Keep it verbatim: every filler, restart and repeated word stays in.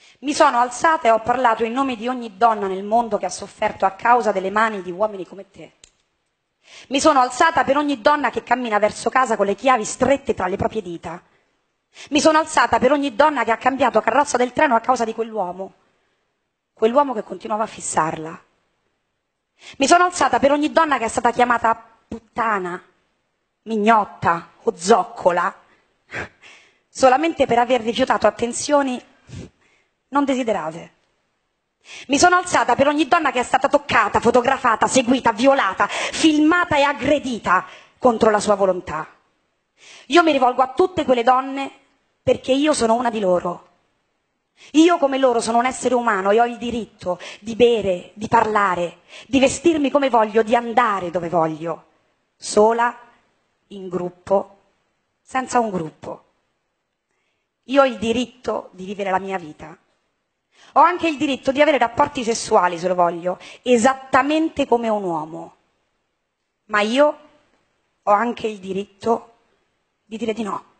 Mi sono alzata e ho parlato in nome di ogni donna nel mondo che ha sofferto a causa delle mani di uomini come te. Mi sono alzata per ogni donna che cammina verso casa con le chiavi strette tra le proprie dita. Mi sono alzata per ogni donna che ha cambiato carrozza del treno a causa di quell'uomo, quell'uomo che continuava a fissarla. Mi sono alzata per ogni donna che è stata chiamata puttana, mignotta o zoccola, solamente per aver rifiutato attenzioni non desiderate. Mi sono alzata per ogni donna che è stata toccata, fotografata, seguita, violata, filmata e aggredita contro la sua volontà. Io mi rivolgo a tutte quelle donne perché io sono una di loro. Io come loro sono un essere umano e ho il diritto di bere, di parlare, di vestirmi come voglio, di andare dove voglio, sola, in gruppo, senza un gruppo. Io ho il diritto di vivere la mia vita. Ho anche il diritto di avere rapporti sessuali, se lo voglio, esattamente come un uomo. Ma io ho anche il diritto di dire di no.